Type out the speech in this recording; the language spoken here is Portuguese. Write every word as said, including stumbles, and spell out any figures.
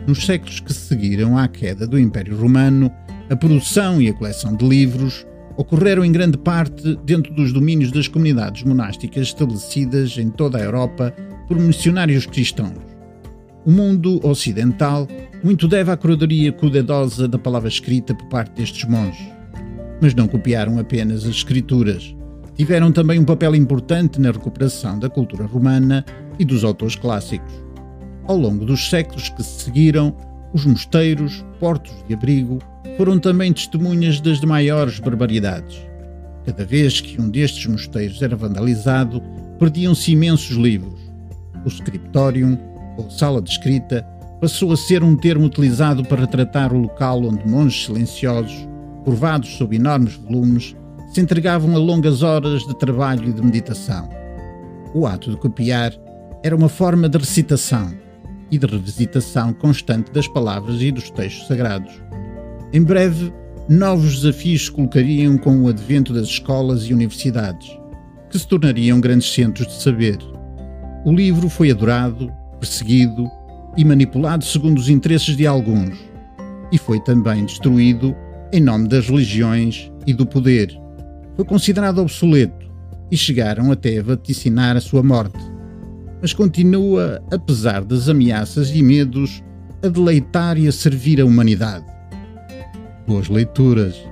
Nos séculos que seguiram à queda do Império Romano, a produção e a coleção de livros ocorreram em grande parte dentro dos domínios das comunidades monásticas estabelecidas em toda a Europa por missionários cristãos. O mundo ocidental muito deve à curadoria cuidadosa da palavra escrita por parte destes monges. Mas não copiaram apenas as escrituras. Tiveram também um papel importante na recuperação da cultura romana e dos autores clássicos. Ao longo dos séculos que se seguiram, os mosteiros, portos de abrigo, foram também testemunhas das maiores barbaridades. Cada vez que um destes mosteiros era vandalizado, perdiam-se imensos livros. O scriptorium, ou sala de escrita, passou a ser um termo utilizado para retratar o local onde monges silenciosos, curvados sob enormes volumes, se entregavam a longas horas de trabalho e de meditação. O ato de copiar era uma forma de recitação e de revisitação constante das palavras e dos textos sagrados. Em breve, novos desafios se colocariam com o advento das escolas e universidades, que se tornariam grandes centros de saber. O livro foi adorado, perseguido e manipulado segundo os interesses de alguns, e foi também destruído em nome das religiões e do poder. Foi considerado obsoleto e chegaram até a vaticinar a sua morte, mas continua, apesar das ameaças e medos, a deleitar e a servir a humanidade. Boas leituras!